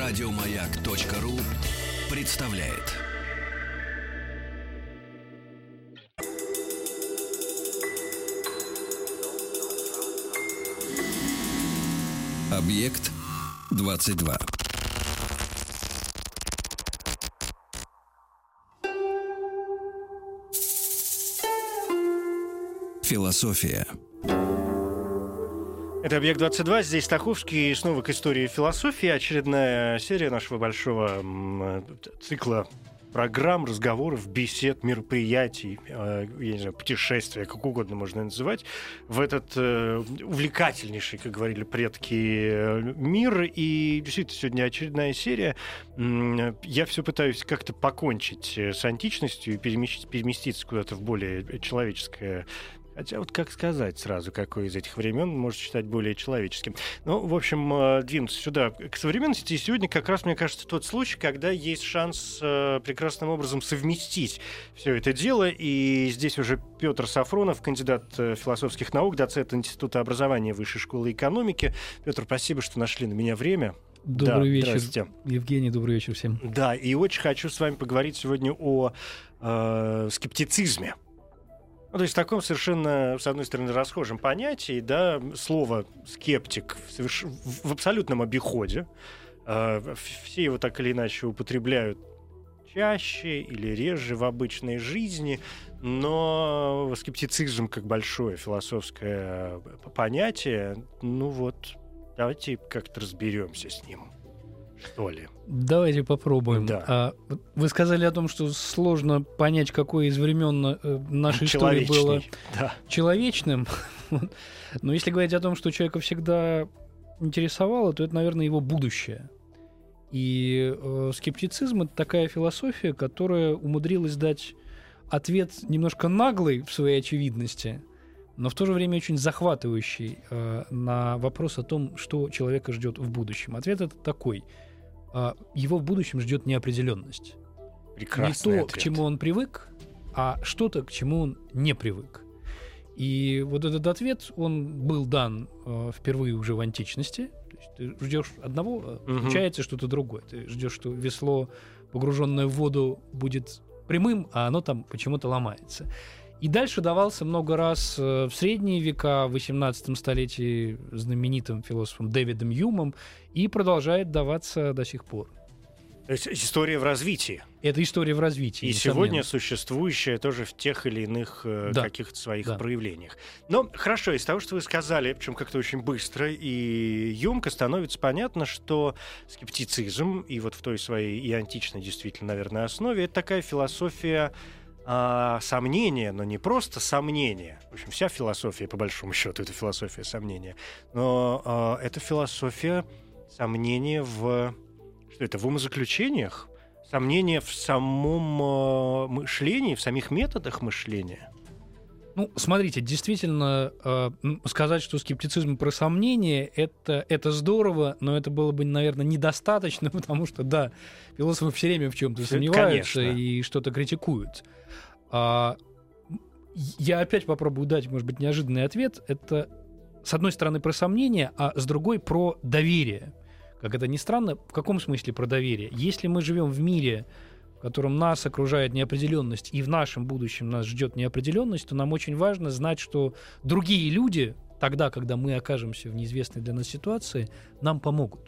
Радиомаяк.ру представляет. Объект 22. Философия. Это «Объект-22», здесь Стаховский, и снова к истории философии. Очередная серия нашего большого цикла программ, разговоров, бесед, мероприятий, я не знаю, путешествия, как угодно можно называть, в этот увлекательнейший, как говорили предки, мир. И действительно, сегодня очередная серия. Я все пытаюсь как-то покончить с античностью и переместиться куда-то в более человеческое. Хотя вот как сказать сразу, какое из этих времен может считать более человеческим. Ну, в общем, двинуться сюда к современности. И сегодня как раз, мне кажется, тот случай, когда есть шанс прекрасным образом совместить все это дело. И здесь уже Петр Сафронов, кандидат философских наук, доцент Института образования Высшей школы экономики. Петр, спасибо, что нашли на меня время. Добрый вечер, Евгений, добрый вечер всем. Да, и очень хочу с вами поговорить сегодня о скептицизме. Ну, то есть в таком совершенно, с одной стороны, расхожем понятии, да, слово «скептик» в абсолютном обиходе. Все его так или иначе употребляют чаще или реже в обычной жизни, но скептицизм как большое философское понятие, ну вот, давайте как-то разберемся с ним. Что ли? Давайте попробуем. Да. Вы сказали о том, что сложно понять, какое из времен нашей истории было человечным. Но если говорить о том, что человека всегда интересовало, то это, наверное, его будущее. И скептицизм — это такая философия, которая умудрилась дать ответ немножко наглый в своей очевидности, но в то же время очень захватывающий на вопрос о том, что человека ждет в будущем. Ответ это такой. Его в будущем ждет неопределенность. Прекрасный не то, ответ. к чему он привык, а что-то, к чему он не привык. И вот этот ответ, он был дан впервые уже в античности. То есть ты ждешь одного, получается что-то другое. Ты ждешь, что весло, погруженное в воду, будет прямым, а оно там почему-то ломается. И дальше давался много раз в средние века, в 18 столетии знаменитым философом Дэвидом Юмом, и продолжает даваться до сих пор. То есть история в развитии. Это история в развитии. И несомненно. сегодня существующая тоже в тех или иных каких-то своих проявлениях. Но хорошо, из того, что вы сказали, причем как-то очень быстро и ёмко, становится понятно, что скептицизм, и вот в той своей и античной действительно, наверное, основе, это такая философия сомнения, но не просто сомнения. В общем, вся философия, по большому счету, это философия сомнения. Но это философия сомнения в... Что это? В умозаключениях? Сомнения в самом мышлении, в самих методах мышления? Ну, смотрите, действительно, сказать, что скептицизм про сомнения, это здорово, но это было бы, наверное, недостаточно, потому что, да, философы все время в чем-то сомневаются и что-то критикуют. Я опять попробую дать, может быть, неожиданный ответ. Это, с одной стороны, про сомнения, а с другой про доверие. Как это ни странно, в каком смысле про доверие? Если мы живем в мире, в котором нас окружает неопределенность, и в нашем будущем нас ждет неопределенность, то нам очень важно знать, что другие люди, тогда, когда мы окажемся в неизвестной для нас ситуации, нам помогут.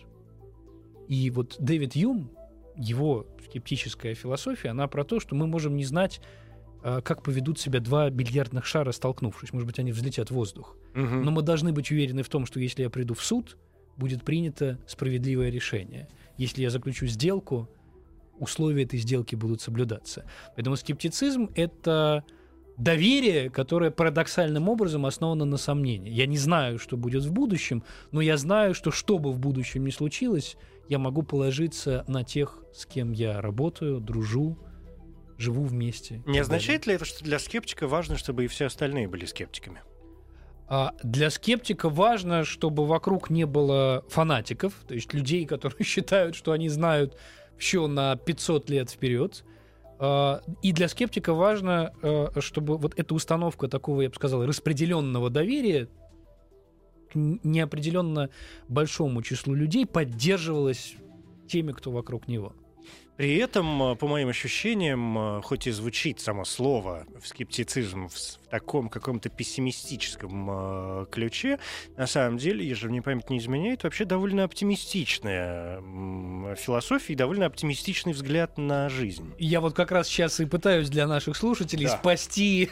И вот Дэвид Юм, его скептическая философия, она про то, что мы можем не знать, как поведут себя два бильярдных шара, столкнувшись. Может быть, они взлетят в воздух. Но мы должны быть уверены в том, что если я приду в суд, будет принято справедливое решение. Если я заключу сделку, условия этой сделки будут соблюдаться. Поэтому скептицизм — это доверие, которое парадоксальным образом основано на сомнении. Я не знаю, что будет в будущем, но я знаю, что бы в будущем ни случилось, я могу положиться на тех, с кем я работаю, дружу, живу вместе. Не означает ли это, что для скептика важно, чтобы и все остальные были скептиками? Для скептика важно, чтобы вокруг не было фанатиков, то есть людей, которые считают, что они знают все на 500 лет вперед. И для скептика важно, чтобы вот эта установка такого, я бы сказал, распределенного доверия к неопределенно большому числу людей поддерживалась теми, кто вокруг него. При этом, по моим ощущениям, хоть и звучит само слово скептицизм в таком каком-то пессимистическом ключе, на самом деле, если мне память не изменяет, вообще довольно оптимистичная философия и довольно оптимистичный взгляд на жизнь. Я вот как раз сейчас и пытаюсь для наших слушателей спасти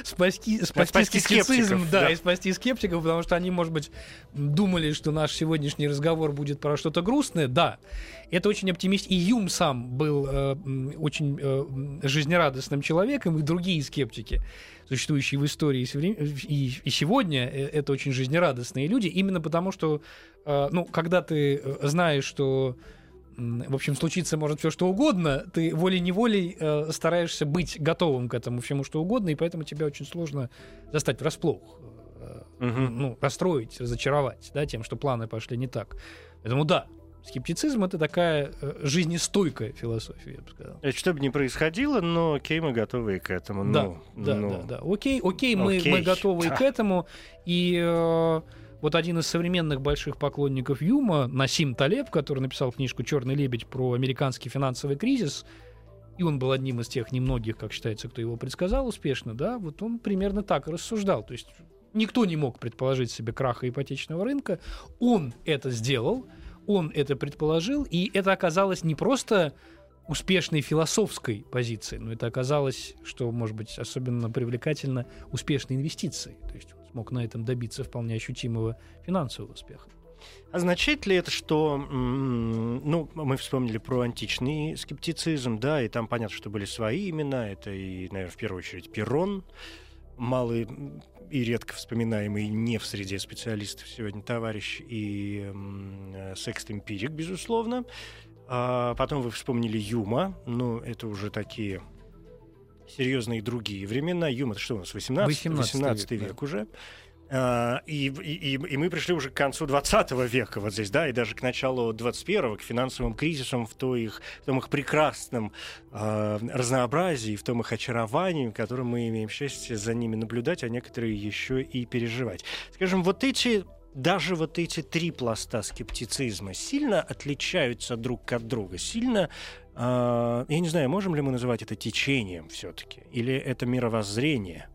скептицизм, и спасти скептиков, потому что они, может быть, думали, что наш сегодняшний разговор будет про что-то грустное. Да, это очень оптимистично. И Юм сам был очень жизнерадостным человеком, и другие скептики, существующие в истории и сегодня, это очень жизнерадостные люди, именно потому что, когда ты знаешь, что, в общем, случиться может все что угодно, ты волей-неволей стараешься быть готовым к этому всему что угодно, и поэтому тебя очень сложно застать врасплох, расстроить, разочаровать, да, тем, что планы пошли не так. Поэтому да, скептицизм — это такая жизнестойкая философия, я бы сказал. Что бы ни происходило, но окей, мы готовы к этому. Да. Окей, мы готовы к этому. И вот один из современных больших поклонников Юма, Насим Талеб, который написал книжку «Черный лебедь» про американский финансовый кризис, и он был одним из тех немногих, как считается, кто его предсказал успешно, да, вот он примерно так и рассуждал. То есть никто не мог предположить себе краха ипотечного рынка. Он это сделал. Он это предположил, и это оказалось не просто успешной философской позицией, но это оказалось, что, может быть, особенно привлекательно, успешной инвестицией. То есть он смог на этом добиться вполне ощутимого финансового успеха. Означает ли это, что, мы вспомнили про античный скептицизм, да, и там понятно, что были свои имена, это и, наверное, в первую очередь Перрон, малый и редко вспоминаемый не в среде специалистов сегодня товарищ, и секст-эмпирик, безусловно. Потом вы вспомнили Юма, это уже такие серьезные другие времена. Юм — это что у нас, 18 век да. уже. И мы пришли уже к концу 20 века вот здесь, да, и даже к началу 21-го, к финансовым кризисам, в том их прекрасном разнообразии, в том их очаровании, которым мы имеем счастье за ними наблюдать, а некоторые еще и переживать. Скажем, даже эти три пласта скептицизма сильно отличаются друг от друга, сильно, я не знаю, можем ли мы называть это течением все-таки, или это мировоззрение?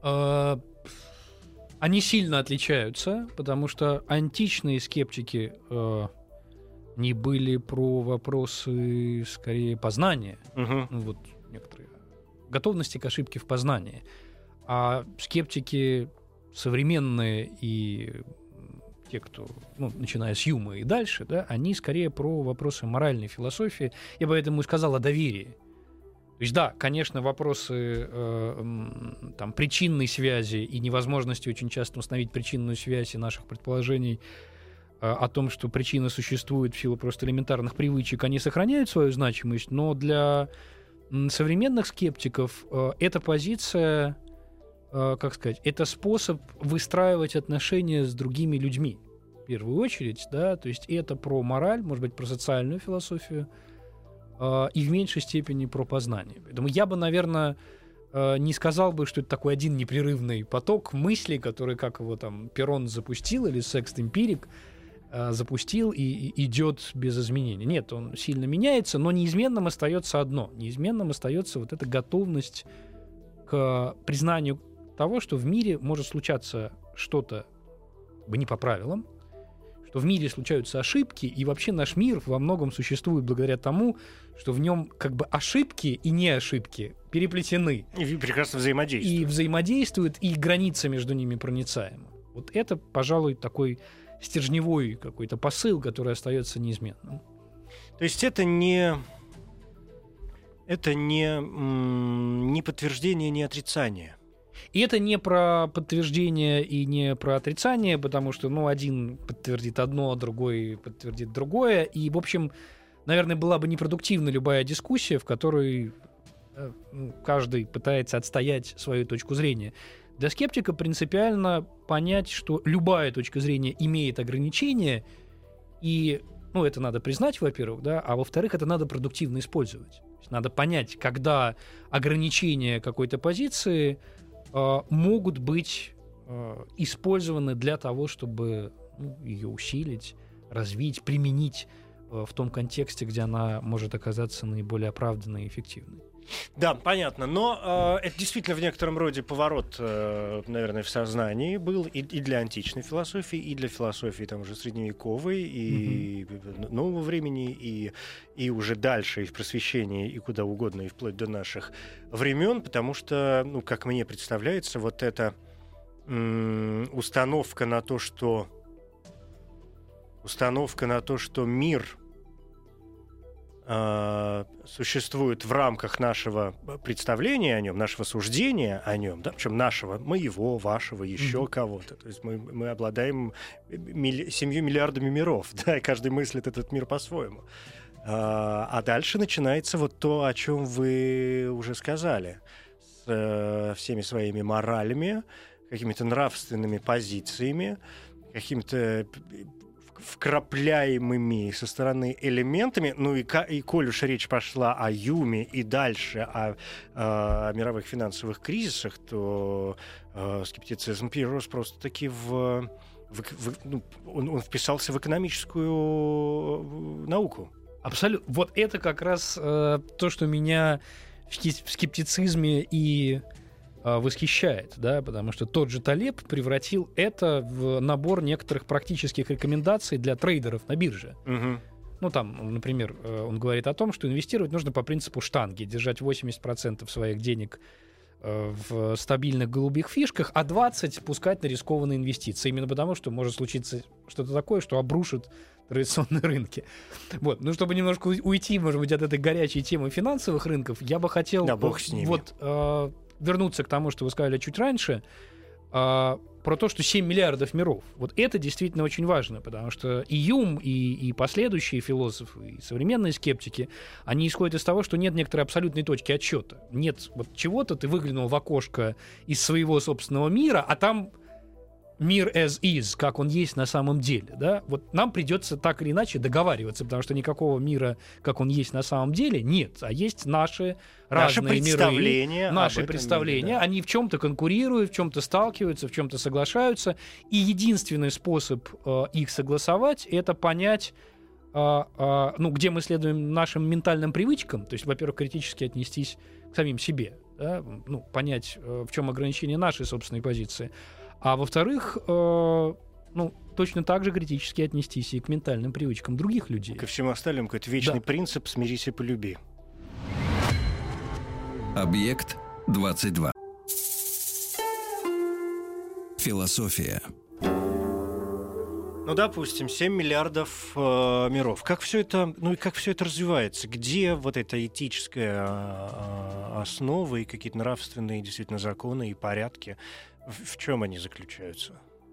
Они сильно отличаются, потому что античные скептики не были про вопросы, скорее, познания. Некоторые готовности к ошибке в познании. А скептики современные и те, кто, начиная с Юма и дальше, да, они скорее про вопросы моральной философии. Я поэтому и сказал о доверии. То есть, да, конечно, вопросы причинной связи и невозможности очень часто установить причинную связь и наших предположений о том, что причина существует в силу просто элементарных привычек, они сохраняют свою значимость, но для современных скептиков эта позиция, это способ выстраивать отношения с другими людьми, в первую очередь, да, то есть это про мораль, может быть, про социальную философию, и в меньшей степени про познание. Поэтому я бы, наверное, не сказал бы, что это такой один непрерывный поток мыслей, который, как его там Перрон запустил, или секст-эмпирик запустил и идет без изменений. Нет, он сильно меняется, но неизменным остается одно. Неизменным остается вот эта готовность к признанию того, что в мире может случаться что-то не по правилам, что в мире случаются ошибки, и вообще наш мир во многом существует благодаря тому, что в нем ошибки и не ошибки переплетены. И прекрасно взаимодействуют. И взаимодействуют, и граница между ними проницаема. Вот это, пожалуй, такой стержневой какой-то посыл, который остается неизменным. То есть это не подтверждение, не отрицание. И это не про подтверждение и не про отрицание, потому что, один подтвердит одно, другой подтвердит другое. И, в общем, наверное, была бы непродуктивна любая дискуссия, в которой каждый пытается отстоять свою точку зрения. Для скептика принципиально понять, что любая точка зрения имеет ограничения, и, это надо признать, во-первых, да, а во-вторых, это надо продуктивно использовать. Надо понять, когда ограничения какой-то позиции могут быть использованы для того, чтобы ее усилить, развить, применить в том контексте, где она может оказаться наиболее оправданной и эффективной. Да, понятно. Но это действительно в некотором роде поворот, наверное, в сознании был и для античной философии, и для философии там уже средневековой, и нового времени, и уже дальше, и в просвещении, и куда угодно, и вплоть до наших времен, потому что, ну, как мне представляется, вот эта установка на то, что мир существует в рамках нашего представления о нем, нашего суждения о нем, да, причем нашего, моего, вашего, еще кого-то. То есть мы обладаем 7 миллиардами миров, да, и каждый мыслит этот мир по-своему. А дальше начинается вот то, о чем вы уже сказали, с всеми своими моралями, какими-то нравственными позициями, какими-то вкрапляемыми со стороны элементами, ну и коль уж речь пошла о Юме и дальше о мировых финансовых кризисах, то скептицизм перерос просто-таки он вписался в экономическую науку. Абсолютно. Вот это как раз то, что меня в скептицизме и восхищает, да, потому что тот же Талеб превратил это в набор некоторых практических рекомендаций для трейдеров на бирже. Ну, там, например, он говорит о том, что инвестировать нужно по принципу штанги, держать 80% своих денег в стабильных голубых фишках, а 20% пускать на рискованные инвестиции. Именно потому, что может случиться что-то такое, что обрушит традиционные рынки. Вот. Ну, чтобы немножко уйти, может быть, от этой горячей темы финансовых рынков, я бы хотел вернуться к тому, что вы сказали чуть раньше, про то, что 7 миллиардов миров. Вот это действительно очень важно, потому что и Юм, и последующие философы, и современные скептики, они исходят из того, что нет некоторой абсолютной точки отсчета. Нет вот чего-то, ты выглянул в окошко из своего собственного мира, а там мир as is, как он есть на самом деле. Да? Вот нам придется так или иначе договариваться, потому что никакого мира, как он есть на самом деле, нет. А есть наши разные миры, наши представления. Мире, да. Они в чем-то конкурируют, в чем-то сталкиваются, в чем-то соглашаются. И единственный способ их согласовать — это понять, где мы следуем нашим ментальным привычкам. То есть, во-первых, критически отнестись к самим себе. Да? Понять, в чем ограничение нашей собственной позиции. А во-вторых, точно так же критически отнестись и к ментальным привычкам других людей. Ко всему остальному какой-то вечный принцип «смирись и полюби». Объект 22. Философия. Ну, допустим, 7 миллиардов миров. Как все это, как все это развивается? Где вот эта этическая основа и какие-то нравственные действительно законы и порядки? В чем они заключаются?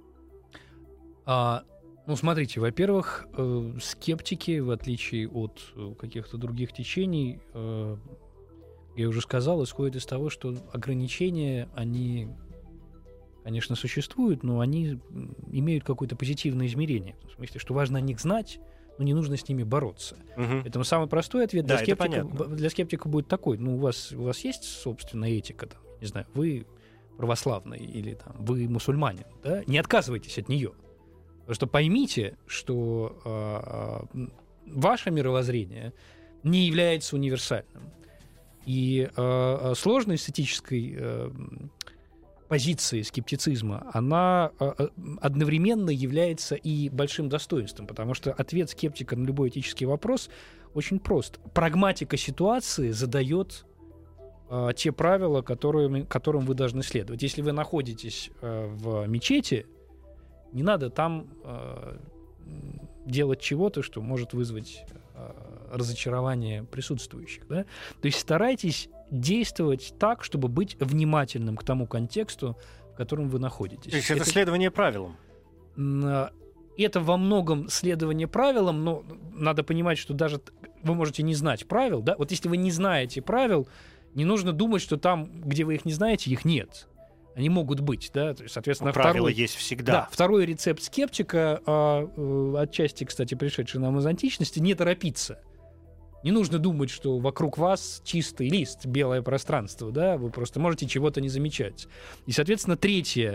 Смотрите, во-первых, скептики, в отличие от каких-то других течений, я уже сказал, исходят из того, что ограничения, они, конечно, существуют, но они имеют какое-то позитивное измерение. В смысле, что важно о них знать, но не нужно с ними бороться. Поэтому самый простой ответ для скептика будет такой. У вас есть собственная этика, там, не знаю, вы православный или там, вы мусульманин, да? Не отказывайтесь от нее. Потому что поймите, что ваше мировоззрение не является универсальным. И сложность этической позиции скептицизма, она одновременно является и большим достоинством, потому что ответ скептика на любой этический вопрос очень прост. Прагматика ситуации задает те правила, которым вы должны следовать. Если вы находитесь в мечети, не надо там делать чего-то, что может вызвать разочарование присутствующих. Да? То есть старайтесь действовать так, чтобы быть внимательным к тому контексту, в котором вы находитесь. То есть это следование правилам? Это во многом следование правилам, но надо понимать, что даже вы можете не знать правил. Да? Вот если вы не знаете правил, не нужно думать, что там, где вы их не знаете, их нет. Они могут быть, да, то есть, соответственно, правила есть всегда. Да, второй рецепт скептика, отчасти, кстати, пришедший нам из античности, не торопиться. Не нужно думать, что вокруг вас чистый лист, белое пространство, да, вы просто можете чего-то не замечать. И, соответственно, третье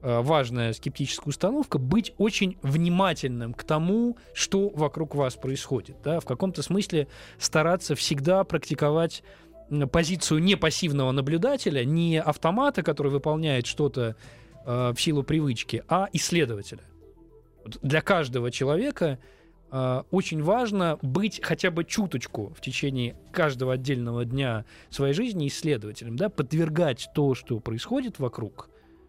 важная скептическая установка — быть очень внимательным к тому, что вокруг вас происходит. Да? В каком-то смысле стараться всегда практиковать позицию не пассивного наблюдателя, не автомата, который выполняет что-то в силу привычки, а исследователя. Вот для каждого человека очень важно быть хотя бы чуточку в течение каждого отдельного дня своей жизни исследователем, да? Подвергать то, что происходит вокруг,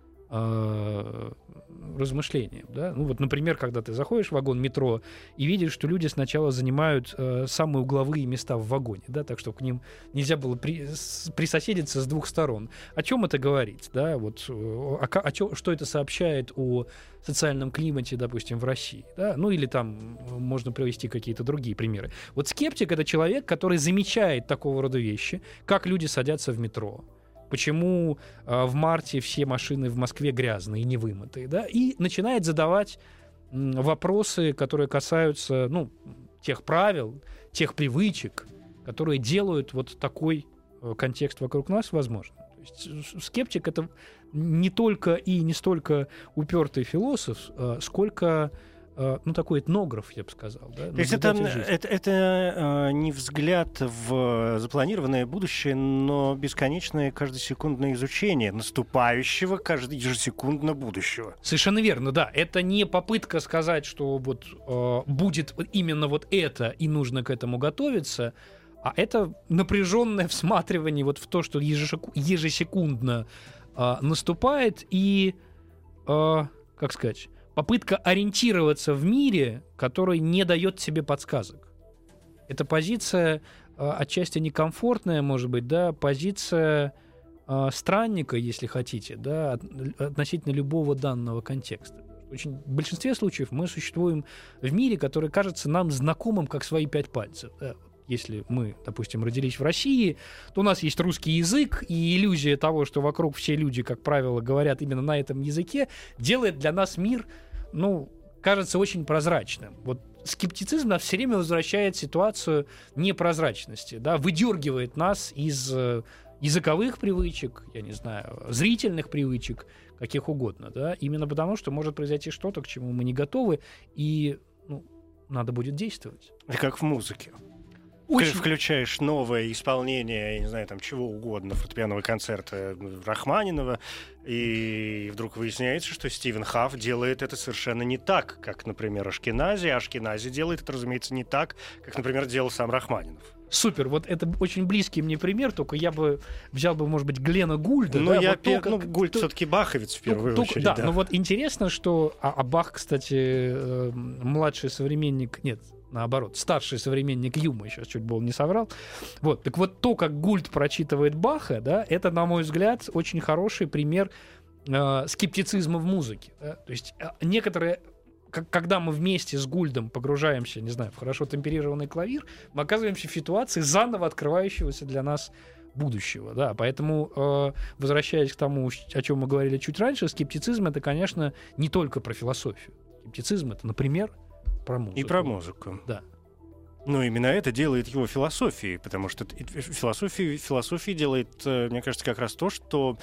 размышлениям. Да? Ну, вот, например, когда ты заходишь в вагон метро и видишь, что люди сначала занимают самые угловые места в вагоне, да? Так что к ним нельзя было присоседиться с двух сторон. О чем это говорит? Да? Вот, что это сообщает о социальном климате, допустим, в России? Да? Ну или там можно привести какие-то другие примеры. Вот скептик — это человек, который замечает такого рода вещи, как люди садятся в метро, почему в марте все машины в Москве грязные и невымытые, да, и начинает задавать вопросы, которые касаются, ну, тех правил, тех привычек, которые делают вот такой контекст вокруг нас возможным. То есть скептик — это не только и не столько упертый философ, сколько ну, такой этнограф, я бы сказал. Да? То есть это не взгляд в запланированное будущее, но бесконечное каждосекундное изучение наступающего ежесекундно будущего. Совершенно верно, да. Это не попытка сказать, что вот будет именно вот это, и нужно к этому готовиться, а это напряженное всматривание вот в то, что ежесекундно наступает, и, как сказать, попытка ориентироваться в мире, который не дает себе подсказок. Это позиция отчасти некомфортная, может быть, да, позиция странника, если хотите, да, относительно любого данного контекста. В большинстве случаев мы существуем в мире, который кажется нам знакомым как свои 5 пальцев. Да. Если мы, допустим, родились в России, то у нас есть русский язык, и иллюзия того, что вокруг все люди, как правило, говорят именно на этом языке, делает для нас мир, ну, кажется очень прозрачным. Вот скептицизм нас все время возвращает в ситуацию непрозрачности, да, выдергивает нас из языковых привычек, я не знаю, зрительных привычек, каких угодно, да, именно потому, что может произойти что-то, к чему мы не готовы, и, ну, надо будет действовать. Это как в музыке. Включаешь новое исполнение, я не знаю, там чего угодно, фортепианного концерта Рахманинова, и вдруг выясняется, что Стивен Хафф делает это совершенно не так, как, например, Ашкенази, а Ашкенази делает это, разумеется, не так, как, например, делал сам Рахманинов. Супер, вот это очень близкий мне пример, только я бы взял бы, может быть, Глена Гульда. Но да, Гульд все-таки баховец в первую очередь. Да, но вот интересно, что... А Бах, кстати, младший современник... Нет, наоборот, старший современник Юма, сейчас чуть было не соврал. Вот, так вот то, как Гульд прочитывает Баха, да, это, на мой взгляд, очень хороший пример скептицизма в музыке. Да? То есть некоторые... Когда мы вместе с Гульдом погружаемся, не знаю, в хорошо темперированный клавир, мы оказываемся в ситуации заново открывающегося для нас будущего. Да? Поэтому, возвращаясь к тому, о чем мы говорили чуть раньше, скептицизм — это, конечно, не только про философию. Скептицизм — это, например, про музыку. И про музыку. Да. Но именно это делает его философией, потому что философия делает, мне кажется, как раз то, что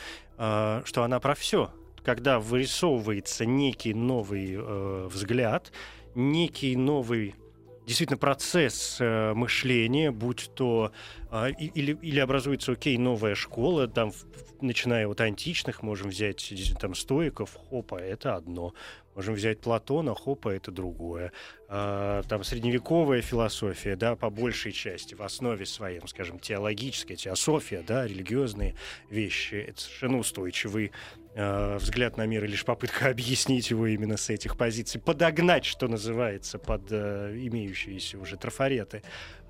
она про все. Когда вырисовывается некий новый взгляд, некий новый действительно процесс мышления, будь то или образуется, новая школа, там, начиная от античных, можем взять там стоиков, хопа, это одно. Можем взять Платона, хопа, это другое. Там средневековая философия, да, по большей части, в основе своем, скажем, теологическая, теософия, да, религиозные вещи, это совершенно устойчивый взгляд на мир и лишь попытка объяснить его именно с этих позиций, подогнать, что называется, под имеющиеся уже трафареты.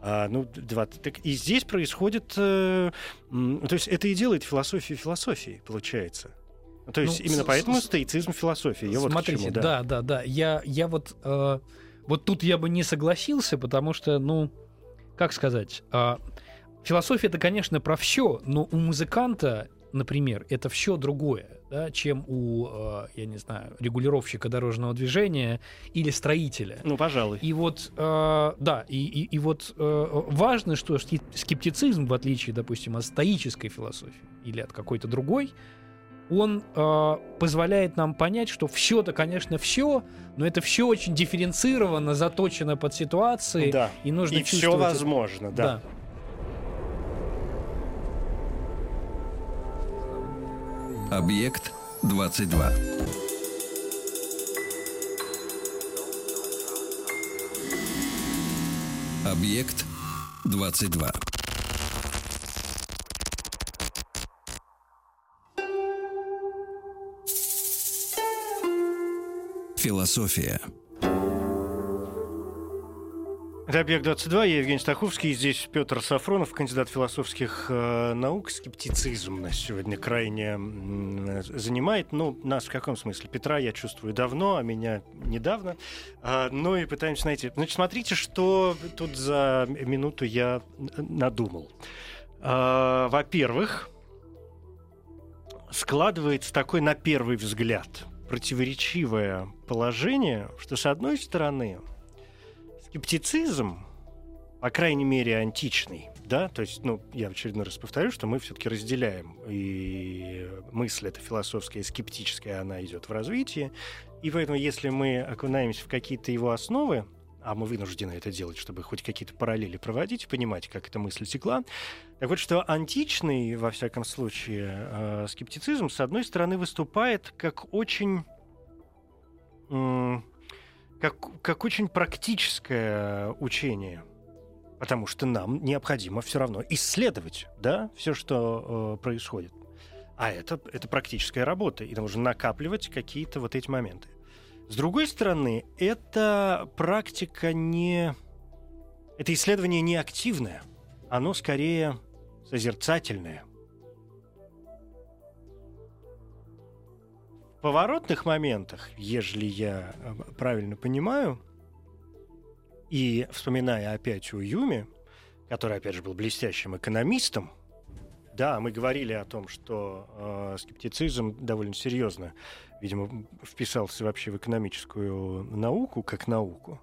И здесь происходит... то есть это и делает философию философией, получается. То есть именно поэтому стоицизм философии. Смотрите, вот да. Да. Я вот тут я бы не согласился, потому что, как сказать, философия — это, конечно, про все, но у музыканта, например, это все другое, да, чем у, я не знаю, регулировщика дорожного движения или строителя. Пожалуй. И вот, важно, что скептицизм, в отличие, допустим, от стоической философии или от какой-то другой, он позволяет нам понять, что все-то, конечно, все, но это все очень дифференцировано, заточено под ситуации, Да. и нужно И все чувствовать... возможно, да. Объект 22. Объект 22. Философия. Это «Объект-22», я Евгений Стаховский, здесь Петр Сафронов, кандидат философских наук. Скептицизм нас сегодня крайне занимает. Ну, нас в каком смысле? Петра я чувствую давно, а меня недавно. Ну и пытаемся найти. Значит, смотрите, что тут за минуту я надумал. Во-первых, складывается такой, на первый взгляд, противоречивое положение, что, с одной стороны, скептицизм, по крайней мере, античный, да, то есть, ну, я в очередной раз повторю, что мы все-таки разделяем, и мысль эта философская, скептическая, она идет в развитии, и поэтому, если мы окунаемся в какие-то его основы, а мы вынуждены это делать, чтобы хоть какие-то параллели проводить, понимать, как эта мысль текла, так вот, что античный, во всяком случае, скептицизм, с одной стороны, выступает как очень... Как очень практическое учение, потому что нам необходимо все равно исследовать, да, все, что происходит. А это практическая работа, и нужно накапливать какие-то вот эти моменты. С другой стороны, это практика не... Это исследование не активное, оно скорее созерцательное. В поворотных моментах, ежели я правильно понимаю, и вспоминая опять о Юме, который, опять же, был блестящим экономистом, да, мы говорили о том, что скептицизм довольно серьезно, видимо, вписался вообще в экономическую науку, как науку.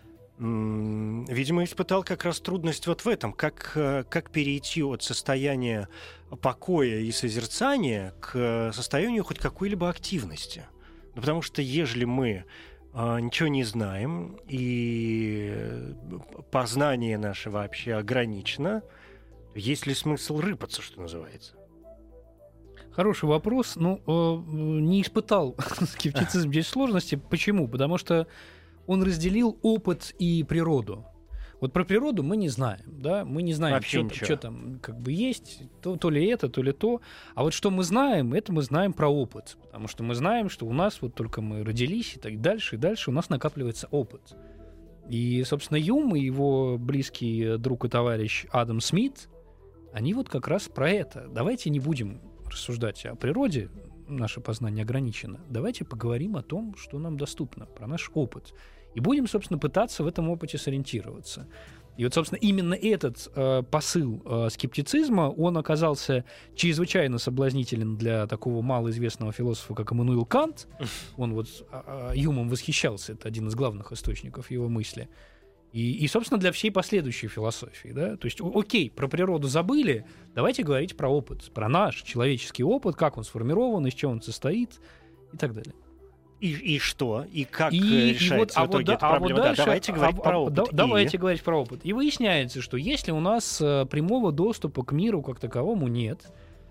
Видимо, испытал как раз трудность вот в этом, как перейти от состояния покоя и созерцания к состоянию хоть какой-либо активности. Ну, потому что ежели мы ничего не знаем, и познание наше вообще ограничено, то есть ли смысл рыпаться, что называется? Хороший вопрос. Ну, не испытал скептицизм здесь сложности. Почему? Потому что он разделил опыт и природу. Вот про природу мы не знаем, да, мы не знаем, что там как бы есть, то ли это, то ли то. А вот что мы знаем, это мы знаем про опыт, потому что мы знаем, что у нас вот только мы родились и так дальше, у нас накапливается опыт. И, собственно, Юм и его близкий друг и товарищ Адам Смит, они вот как раз про это. Давайте не будем рассуждать о природе, наше познание ограничено. Давайте поговорим о том, что нам доступно, про наш опыт. И будем, собственно, пытаться в этом опыте сориентироваться. И вот, собственно, именно этот посыл скептицизма, он оказался чрезвычайно соблазнителен для такого малоизвестного философа, как Иммануил Кант. Он вот Юмом восхищался, это один из главных источников его мысли. И, собственно, для всей последующей философии. Да? То есть, окей, про природу забыли, давайте говорить про опыт, про наш человеческий опыт, как он сформирован, из чего он состоит и так далее. И что? И как решается в итоге эта проблема? Дальше, давайте говорить про опыт. Давайте говорить про опыт. И выясняется, что если у нас прямого доступа к миру как таковому нет,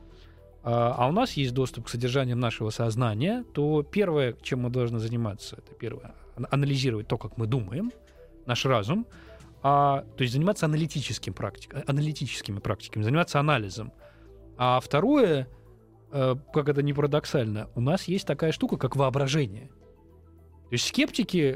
а у нас есть доступ к содержаниям нашего сознания, то первое, чем мы должны заниматься, это первое, анализировать то, как мы думаем, наш разум, то есть заниматься аналитическими практиками, заниматься анализом. А второе, как это ни парадоксально, у нас есть такая штука, как воображение. То есть скептики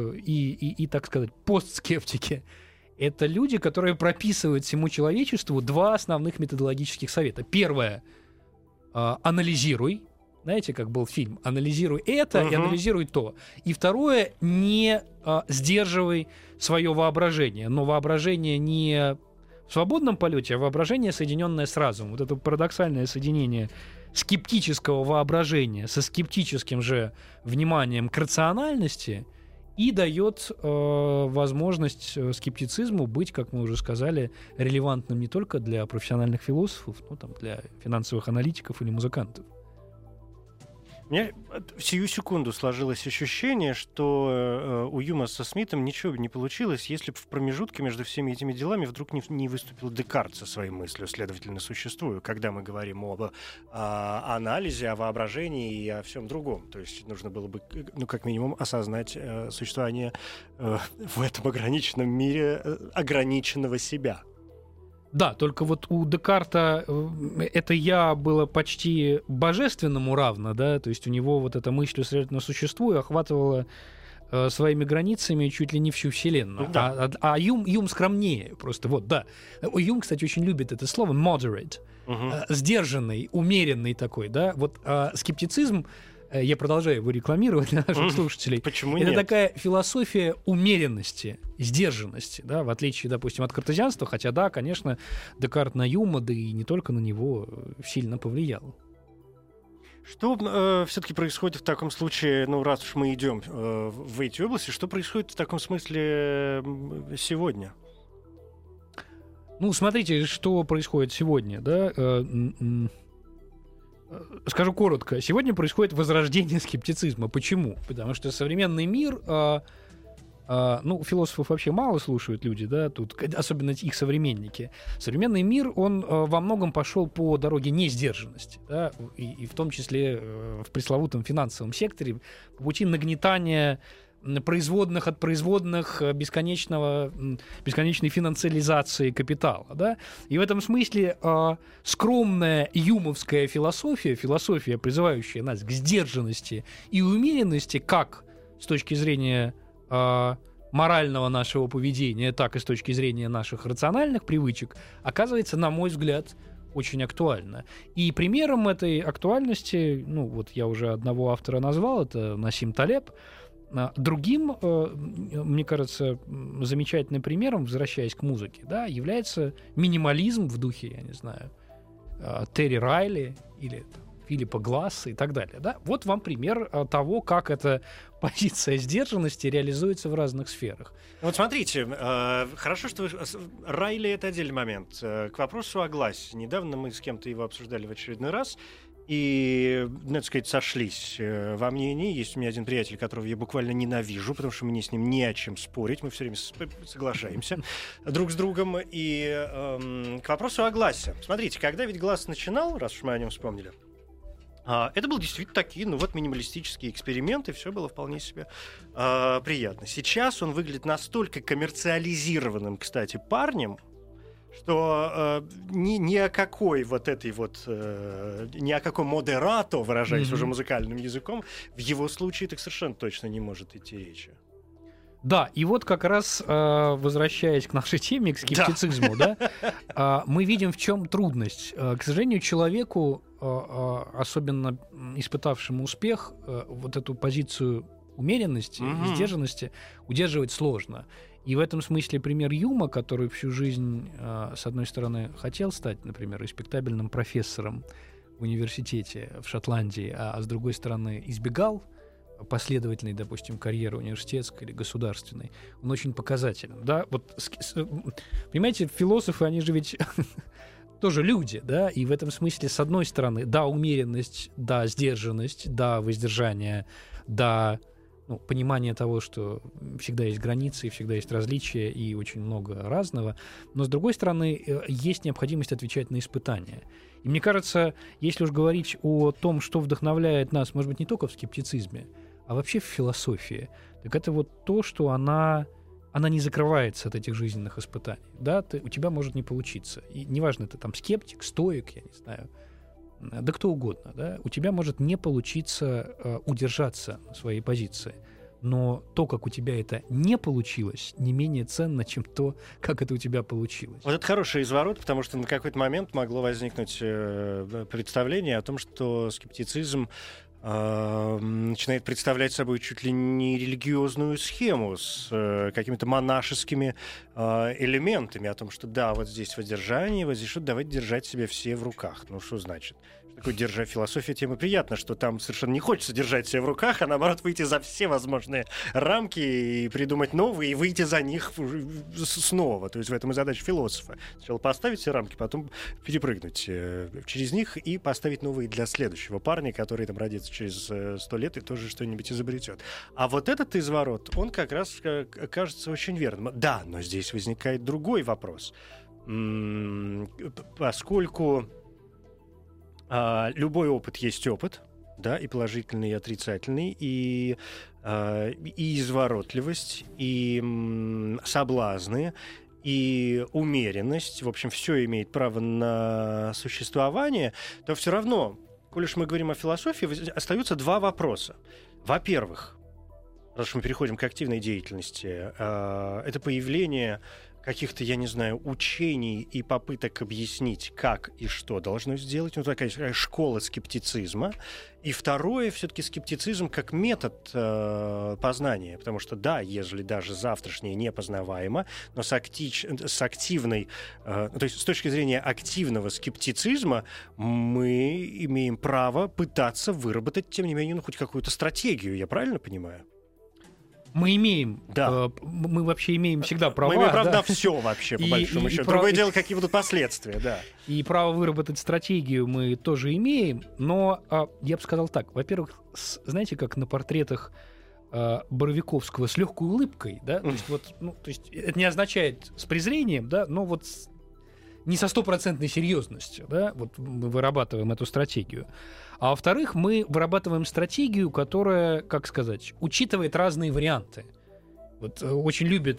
и, так сказать, постскептики — это люди, которые прописывают всему человечеству два основных методологических совета. Первое — анализируй. Знаете, как был фильм? Анализируй это и анализируй то. И второе — не сдерживай свое воображение. Но воображение не в свободном полете, а воображение, соединенное с разумом. Вот это парадоксальное соединение скептического воображения со скептическим же вниманием к рациональности и дает возможность скептицизму быть, как мы уже сказали, релевантным не только для профессиональных философов, но там, для финансовых аналитиков или музыкантов. У меня в сию секунду сложилось ощущение, что у Юма со Смитом ничего бы не получилось, если бы в промежутке между всеми этими делами вдруг не выступил Декарт со своей мыслью, следовательно, существую, когда мы говорим об анализе, о воображении и о всем другом. То есть нужно было бы, ну, как минимум, осознать существование в этом ограниченном мире ограниченного себя. Да, только вот у Декарта это «я» было почти божественному равно, да, то есть у него вот эта мысль следовательно существует, охватывала своими границами чуть ли не всю Вселенную. Да. А Юм скромнее просто, вот, да. Юм, кстати, очень любит это слово «moderate», сдержанный, умеренный такой, да, вот скептицизм, я продолжаю его рекламировать для наших слушателей. Почему это нет? такая философия умеренности, сдержанности, да, в отличие, допустим, от картезианства, хотя, да, конечно, Декарт на Юма, да и не только на него, сильно повлиял. Что все-таки происходит в таком случае, ну, раз уж мы идем в эти области, что происходит в таком смысле сегодня? Ну, смотрите, что происходит сегодня, да. Скажу коротко. Сегодня происходит возрождение скептицизма. Почему? Потому что современный мир... ну, философов вообще мало слушают люди, да, тут, особенно их современники. Современный мир, он во многом пошел по дороге несдержанности, да, и в том числе в пресловутом финансовом секторе, по пути нагнетания производных от производных, бесконечной финансализации капитала. Да? И в этом смысле скромная юмовская философия, призывающая нас к сдержанности и умеренности, как с точки зрения морального нашего поведения, так и с точки зрения наших рациональных привычек, оказывается, на мой взгляд, очень актуальна. И примером этой актуальности, ну вот я уже одного автора назвал, это Насим Талеб. Другим, мне кажется, замечательным примером, возвращаясь к музыке, да, является минимализм в духе, я не знаю, Терри Райли или Филиппа Гласса и так далее. Да? Вот вам пример того, как эта позиция сдержанности реализуется в разных сферах. Вот смотрите, хорошо, что Райли — это отдельный момент. К вопросу о Глассе. Недавно мы с кем-то его обсуждали в очередной раз. И, надо сказать, сошлись во мнении. Есть у меня один приятель, которого я буквально ненавижу, потому что мне с ним не о чем спорить. Мы все время соглашаемся друг с другом. И к вопросу о Глассе. Смотрите, когда ведь Гласс начинал, раз уж мы о нем вспомнили, это был действительно такие, ну вот, минималистические эксперименты, все было вполне себе приятно. Сейчас он выглядит настолько коммерциализированным, кстати, парнем, что ни о какой вот этой вот, ни о каком модерато, выражаясь уже музыкальным языком, в его случае так совершенно точно не может идти речи. Да, и вот как раз, возвращаясь к нашей теме, к скептицизму, да, мы видим, в чем трудность. К сожалению, человеку, особенно испытавшему успех, вот эту позицию умеренности и сдержанности удерживать сложно. И в этом смысле пример Юма, который всю жизнь, с одной стороны, хотел стать, например, респектабельным профессором в университете в Шотландии, а с другой стороны, избегал последовательной, допустим, карьеры университетской или государственной, он очень показателен. Да? Вот, понимаете, философы, они же ведь тоже люди, да, и в этом смысле, с одной стороны, да, умеренность, да, сдержанность, да, воздержание, да, ну, понимание того, что всегда есть границы, всегда есть различия и очень много разного, но, с другой стороны, есть необходимость отвечать на испытания. И мне кажется, если уж говорить о том, что вдохновляет нас, может быть, не только в скептицизме, а вообще в философии, так это вот то, что она не закрывается от этих жизненных испытаний. Да, у тебя может не получиться. И неважно, ты там скептик, стоик, я не знаю, да кто угодно, да, у тебя может не получиться удержаться на своей позиции. Но то, как у тебя это не получилось, не менее ценно, чем то, как это у тебя получилось. Вот это хороший изворот, потому что на какой-то момент могло возникнуть представление о том, что скептицизм начинает представлять собой чуть ли не религиозную схему с какими-то монашескими элементами о том, что да, вот здесь воздержание, вот здесь что давайте держать себя все в руках. Ну что значит? Такой держа философия, тем и приятно, что там совершенно не хочется держать себя в руках, а наоборот выйти за все возможные рамки и придумать новые, и выйти за них снова. То есть в этом и задача философа. Сначала поставить все рамки, потом перепрыгнуть через них и поставить новые для следующего парня, который там родится через 100 лет и тоже что-нибудь изобретет. А вот этот изворот, он как раз кажется очень верным. Да, но здесь возникает другой вопрос. Поскольку любой опыт есть опыт, да, и положительный, и отрицательный, и изворотливость, и соблазны, и умеренность, в общем, все имеет право на существование, то все равно, коль уж мы говорим о философии, остаются два вопроса. Во-первых, раз уж мы переходим к активной деятельности, это появление каких-то, я не знаю, учений и попыток объяснить, как и что должно сделать. Ну, такая школа скептицизма. И второе, все-таки скептицизм как метод познания. Потому что, да, ежели даже завтрашнее непознаваемо, но с активной, то есть с точки зрения активного скептицизма мы имеем право пытаться выработать, тем не менее, хоть какую-то стратегию. Я правильно понимаю? Мы имеем, да. Мы вообще имеем всегда права. Мы имеем право да? на все вообще, по большому счету. Другое дело, какие будут последствия, да. И право выработать стратегию мы тоже имеем, но я бы сказал так. Во-первых, знаете, как на портретах Боровиковского с легкой улыбкой, да? То есть, вот, ну, то есть это не означает с презрением, да, но вот не со стопроцентной серьезностью, да, вот мы вырабатываем эту стратегию. А во-вторых, мы вырабатываем стратегию, которая, как сказать, учитывает разные варианты. Вот очень любят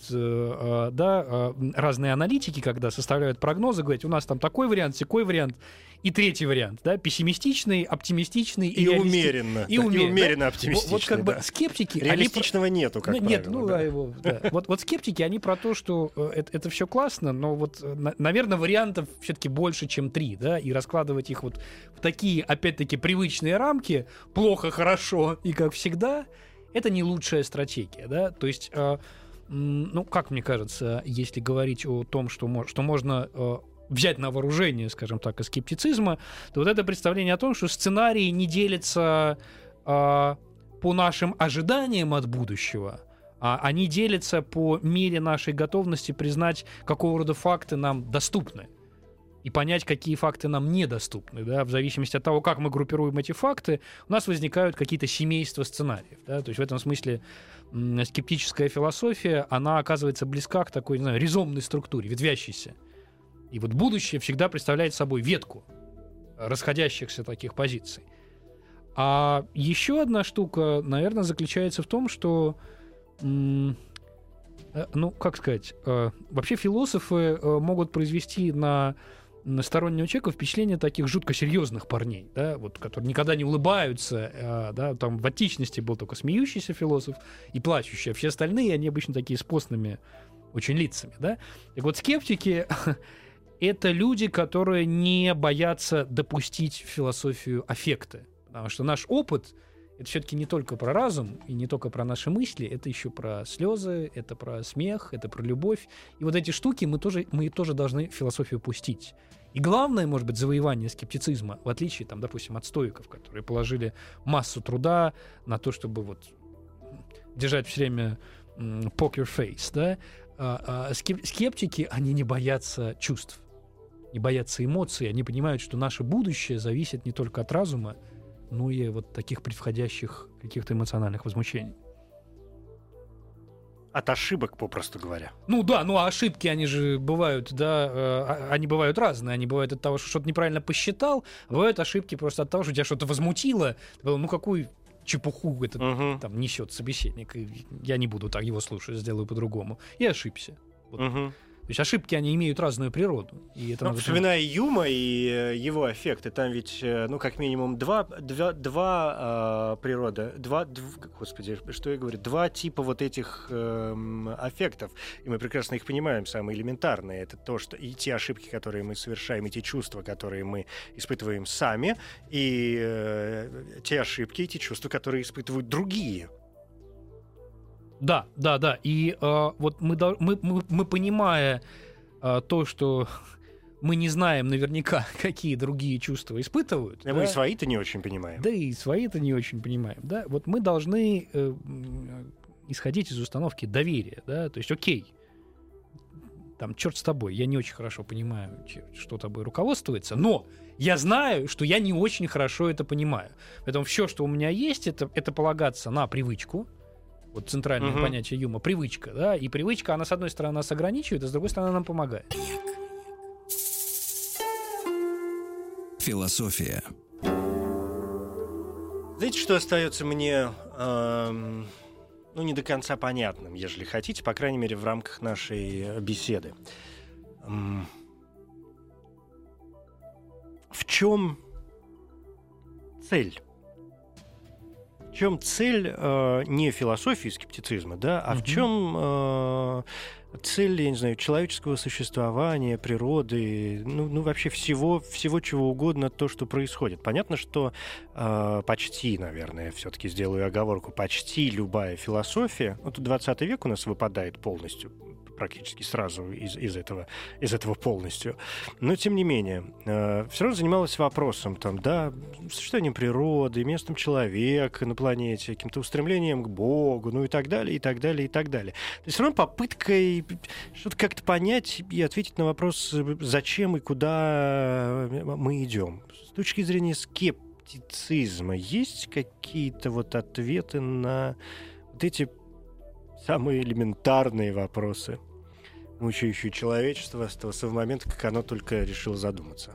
разные аналитики, когда составляют прогнозы, говорят, у нас там такой вариант, сякой вариант, и третий вариант, да, пессимистичный, оптимистичный и умеренно. И умеренно оптимистичный. Вот как бы скептики... Реалистичного нету, как правило. Нет, Вот скептики, они про то, что это все классно, но вот, наверное, вариантов все-таки больше, чем 3, да, и раскладывать их вот в такие, опять-таки, привычные рамки, плохо, хорошо и как всегда, это не лучшая стратегия, да, то есть, ну, как мне кажется, если говорить о том, что можно взять на вооружение, скажем так, из скептицизма, то вот это представление о том, что сценарии не делятся по нашим ожиданиям от будущего, а они делятся по мере нашей готовности признать, какого рода факты нам доступны. И понять, какие факты нам недоступны. Да? В зависимости от того, как мы группируем эти факты, у нас возникают какие-то семейства сценариев. Да? То есть в этом смысле скептическая философия, она оказывается близка к такой, не знаю, ризомной структуре, ветвящейся. И вот будущее всегда представляет собой ветку расходящихся таких позиций. А еще одна штука, наверное, заключается в том, что, ну, как сказать, вообще философы могут произвести на стороннего человека впечатление таких жутко серьезных парней, да, вот, которые никогда не улыбаются, да, там в античности был только смеющийся философ и плачущий, а все остальные, они обычно такие с постными очень лицами, да. Так вот, скептики — это люди, которые не боятся допустить в философию аффекты, потому что наш опыт — это все-таки не только про разум и не только про наши мысли, это еще про слезы, это про смех, это про любовь. И вот эти штуки мы тоже должны в философию пустить. И главное, может быть, завоевание скептицизма, в отличие, там, допустим, от стоиков, которые положили массу труда на то, чтобы вот держать все время poker face, да, скептики, они не боятся чувств, не боятся эмоций, они понимают, что наше будущее зависит не только от разума, но и вот таких предвходящих каких-то эмоциональных возмущений. От ошибок, попросту говоря. Ну да, ну а ошибки, они же бывают, да, они бывают разные. Они бывают от того, что что-то неправильно посчитал, бывают ошибки просто от того, что тебя что-то возмутило. Ты подумал, ну какую чепуху этот там несет собеседник, я не буду так его слушать, сделаю по-другому. И ошибся. Вот. То есть ошибки, они имеют разную природу. И это вспоминая Юма и его аффекты, там ведь, ну, как минимум два типа вот этих аффектов. И мы прекрасно их понимаем, самые элементарные. Это то, что и те ошибки, которые мы совершаем, и те чувства, которые мы испытываем сами, и те ошибки, и те чувства, которые испытывают другие. Да. И вот мы понимая то, что мы не знаем наверняка, какие другие чувства испытывают. Да, мы и свои-то не очень понимаем. Да, и свои-то не очень понимаем. Да? Вот мы должны исходить из установки доверия. Да? То есть, окей, там, черт с тобой, я не очень хорошо понимаю, что тобой руководствуется, но я знаю, что я не очень хорошо это понимаю. Поэтому все, что у меня есть, это полагаться на привычку. Вот центральное понятие юмора — привычка. Да? И привычка, она, с одной стороны, нас ограничивает, а с другой стороны, нам помогает. Философия. Знаете, что остается мне не до конца понятным, ежели хотите, по крайней мере, в рамках нашей беседы? В чем цель? В чем цель не философии скептицизма, да, а в чем цель, я не знаю, человеческого существования, природы, вообще всего, чего угодно, то, что происходит. Понятно, что почти, наверное, все-таки сделаю оговорку, почти любая философия, вот 20 век у нас выпадает полностью, практически сразу из этого полностью. Но, тем не менее, все равно занималась вопросом, существованием природы, местом человека на планете, каким-то устремлением к Богу, и так далее, и так далее, и так далее. То есть все равно попыткой что-то как-то понять и ответить на вопрос, зачем и куда мы идем. С точки зрения скептицизма есть какие-то ответы на эти самые элементарные вопросы, мучающие человечество с того момента, как оно только решило задуматься?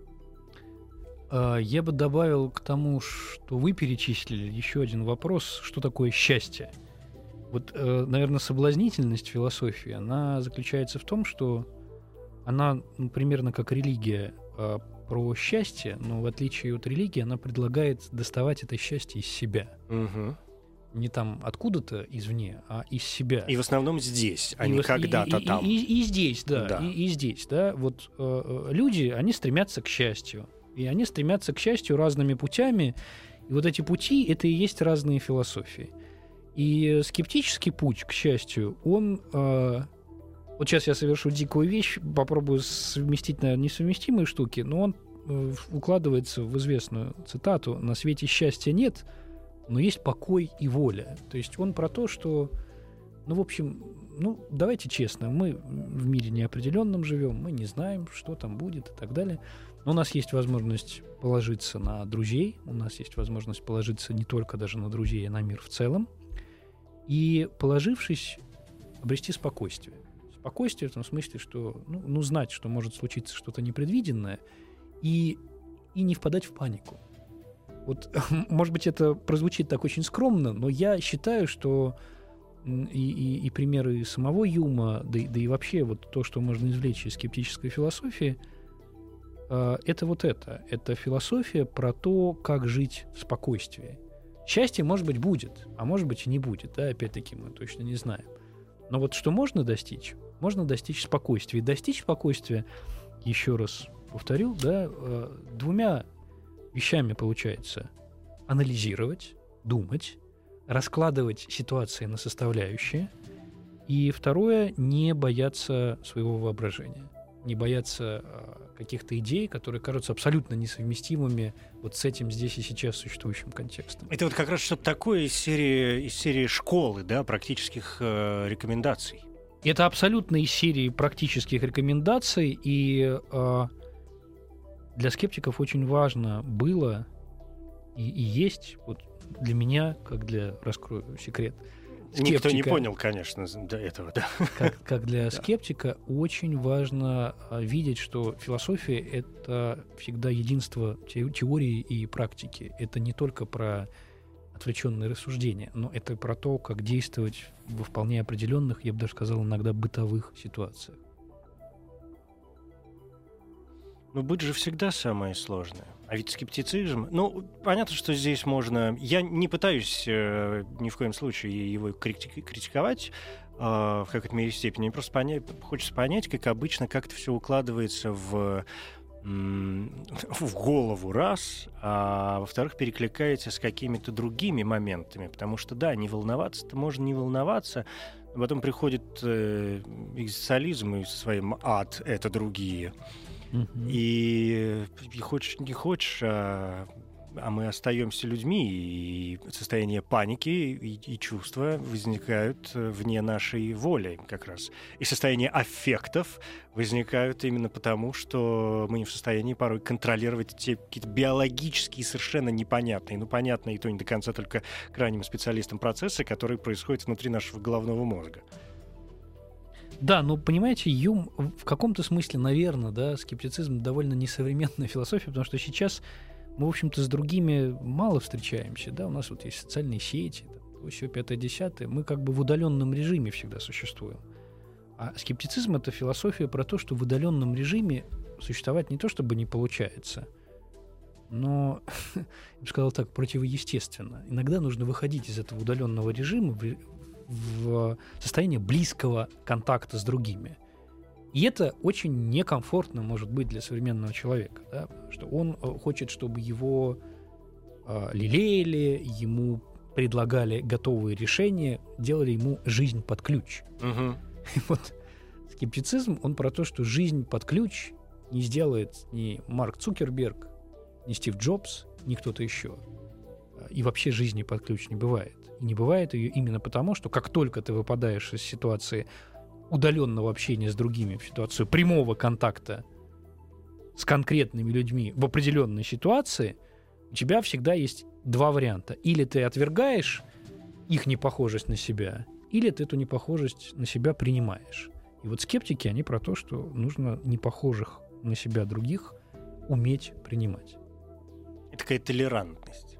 Я бы добавил к тому, что вы перечислили, еще один вопрос: что такое счастье? Наверное, соблазнительность философии, она заключается в том, что она примерно как религия про счастье, но в отличие от религии она предлагает доставать это счастье из себя. Не там откуда-то извне, а из себя. И в основном здесь, а не когда-то там. И здесь, да. И здесь, да. Люди, они стремятся к счастью. И они стремятся к счастью разными путями. И эти пути — это и есть разные философии. И скептический путь к счастью, он... сейчас я совершу дикую вещь, попробую совместить, наверное, несовместимые штуки, но он укладывается в известную цитату: «На свете счастья нет, но есть покой и воля». То есть он про то, что, давайте честно, мы в мире неопределенном живем, мы не знаем, что там будет и так далее. Но у нас есть возможность положиться на друзей, у нас есть возможность положиться не только даже на друзей, а на мир в целом. И, положившись, обрести спокойствие. Спокойствие в том смысле, что знать, что может случиться что-то непредвиденное, и не впадать в панику. Может быть, это прозвучит так очень скромно, но я считаю, что и примеры самого Юма, да и вообще то, что можно извлечь из скептической философии, это философия про то, как жить в спокойствии. Счастье, может быть, будет, а может быть и не будет, да, опять-таки мы точно не знаем. Но что можно достичь? Можно достичь спокойствия. И достичь спокойствия, еще раз повторю, да, двумя вещами получается: анализировать, думать, раскладывать ситуации на составляющие. И второе — не бояться своего воображения, не бояться каких-то идей, которые кажутся абсолютно несовместимыми с этим здесь и сейчас существующим контекстом. Это как раз что-то такое из серии школы, да, практических рекомендаций. Это абсолютно из серии практических рекомендаций, и для скептиков очень важно было и есть, для меня, раскрою секрет, скептика, никто не понял, конечно, до этого, да. Как для скептика очень важно видеть, что философия — это всегда единство теории и практики. Это не только про отвлеченные рассуждения, но это про то, как действовать во вполне определенных, я бы даже сказал, иногда бытовых ситуациях. Но быть же всегда самое сложное. А ведь скептицизм... понятно, что здесь можно... Я не пытаюсь ни в коем случае его критиковать в какой-то мере степени. Мне просто хочется понять, как обычно, как это все укладывается в голову, раз, а во-вторых, перекликается с какими-то другими моментами. Потому что, да, не волноваться-то можно не волноваться, а потом приходит экзистенциализм и со своим «ад — это другие». И хочешь не хочешь, а мы остаемся людьми, и состояние паники и чувства возникают вне нашей воли как раз. И состояние аффектов возникают именно потому, что мы не в состоянии порой контролировать те какие-то биологические, совершенно непонятные, понятные и то не до конца только крайним специалистам процессы, которые происходят внутри нашего головного мозга. Да, но понимаете, Юм в каком-то смысле, наверное, да, скептицизм довольно несовременная философия, потому что сейчас мы, в общем-то, с другими мало встречаемся, да, у нас вот есть социальные сети, все 5-10, мы как бы в удаленном режиме всегда существуем. А скептицизм — это философия про то, что в удаленном режиме существовать не то чтобы не получается, но, я бы сказал так, противоестественно. Иногда нужно выходить из этого удаленного режима в состояние близкого контакта с другими. И это очень некомфортно может быть для современного человека, да? Что он хочет, чтобы его лелеяли, ему предлагали готовые решения, делали ему жизнь под ключ. И вот скептицизм, он про то, что жизнь под ключ не сделает ни Марк Цукерберг, ни Стив Джобс, ни кто-то еще. И вообще жизни под ключ не бывает. И не бывает ее именно потому, что как только ты выпадаешь из ситуации удаленного общения с другими, в ситуацию прямого контакта с конкретными людьми в определенной ситуации, у тебя всегда есть два варианта. Или ты отвергаешь их непохожесть на себя, или ты эту непохожесть на себя принимаешь. И вот скептики, они про то, что нужно непохожих на себя других уметь принимать. Это такая толерантность.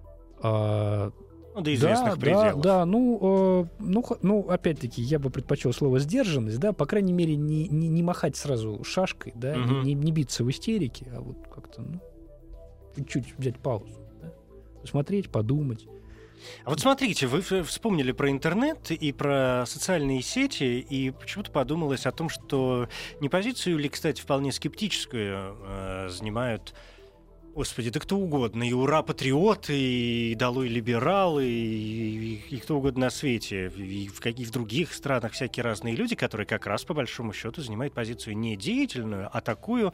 До известных пределов. Да, опять-таки, я бы предпочел слово «сдержанность», да, по крайней мере, не махать сразу шашкой, да, не биться в истерике, а вот как-то, чуть-чуть взять паузу, да, посмотреть, подумать. А вот смотрите, вы вспомнили про интернет и про социальные сети, и почему-то подумалось о том, что не позицию ли, кстати, вполне скептическую занимают... Господи, да кто угодно, и ура-патриоты, и долой либералы, и кто угодно на свете, и в других странах всякие разные люди, которые как раз, по большому счету, занимают позицию не деятельную, а такую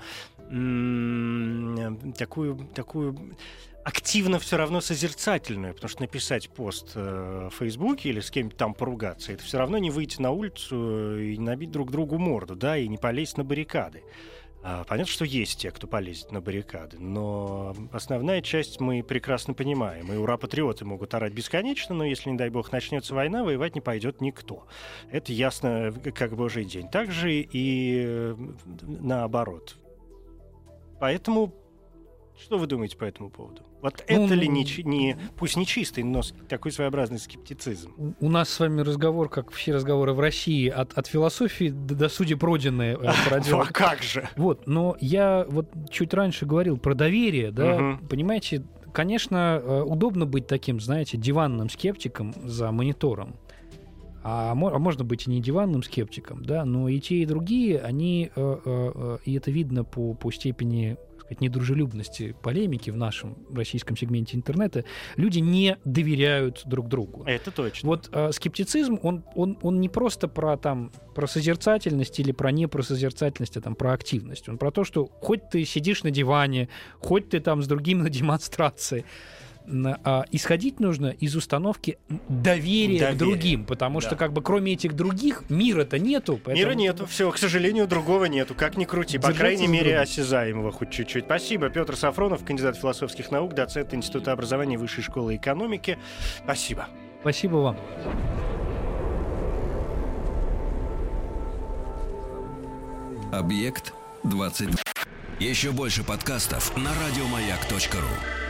активно все равно созерцательную, потому что написать пост в Фейсбуке или с кем-то там поругаться, это все равно не выйти на улицу и не набить друг другу морду, да, и не полезть на баррикады. Понятно, что есть те, кто полезет на баррикады, но основная часть мы прекрасно понимаем. И ура-патриоты могут орать бесконечно, но если, не дай бог, начнется война, воевать не пойдет никто. Это ясно, как божий день. Так же и наоборот. Поэтому, что вы думаете по этому поводу? Вот это ли пусть не чистый, но такой своеобразный скептицизм? У нас с вами разговор, как все разговоры в России, от философии до судеб Родины проделан. А как же? Вот, но я вот чуть раньше говорил про доверие, да, понимаете, конечно, удобно быть таким, знаете, диванным скептиком за монитором. А можно быть и не диванным скептиком, да, но и те, и другие, они, и это видно по степени, сказать, недружелюбности полемики в нашем российском сегменте интернета, люди не доверяют друг другу. Это точно. Вот скептицизм, он не просто про созерцательность или про непросозерцательность, а там про активность. Он про то, что хоть ты сидишь на диване, хоть ты там с другим на демонстрации, исходить нужно из установки доверия к другим, потому что как бы кроме этих других мира-то нету. Поэтому... Мира нету, все, к сожалению, другого нету, как ни крути, по крайней мере осязаемого хоть чуть-чуть. Спасибо. Петр Сафронов, кандидат философских наук, доцент Института образования Высшей школы экономики. Спасибо. Спасибо вам. Объект 22. Еще больше подкастов на радиомаяк.ру.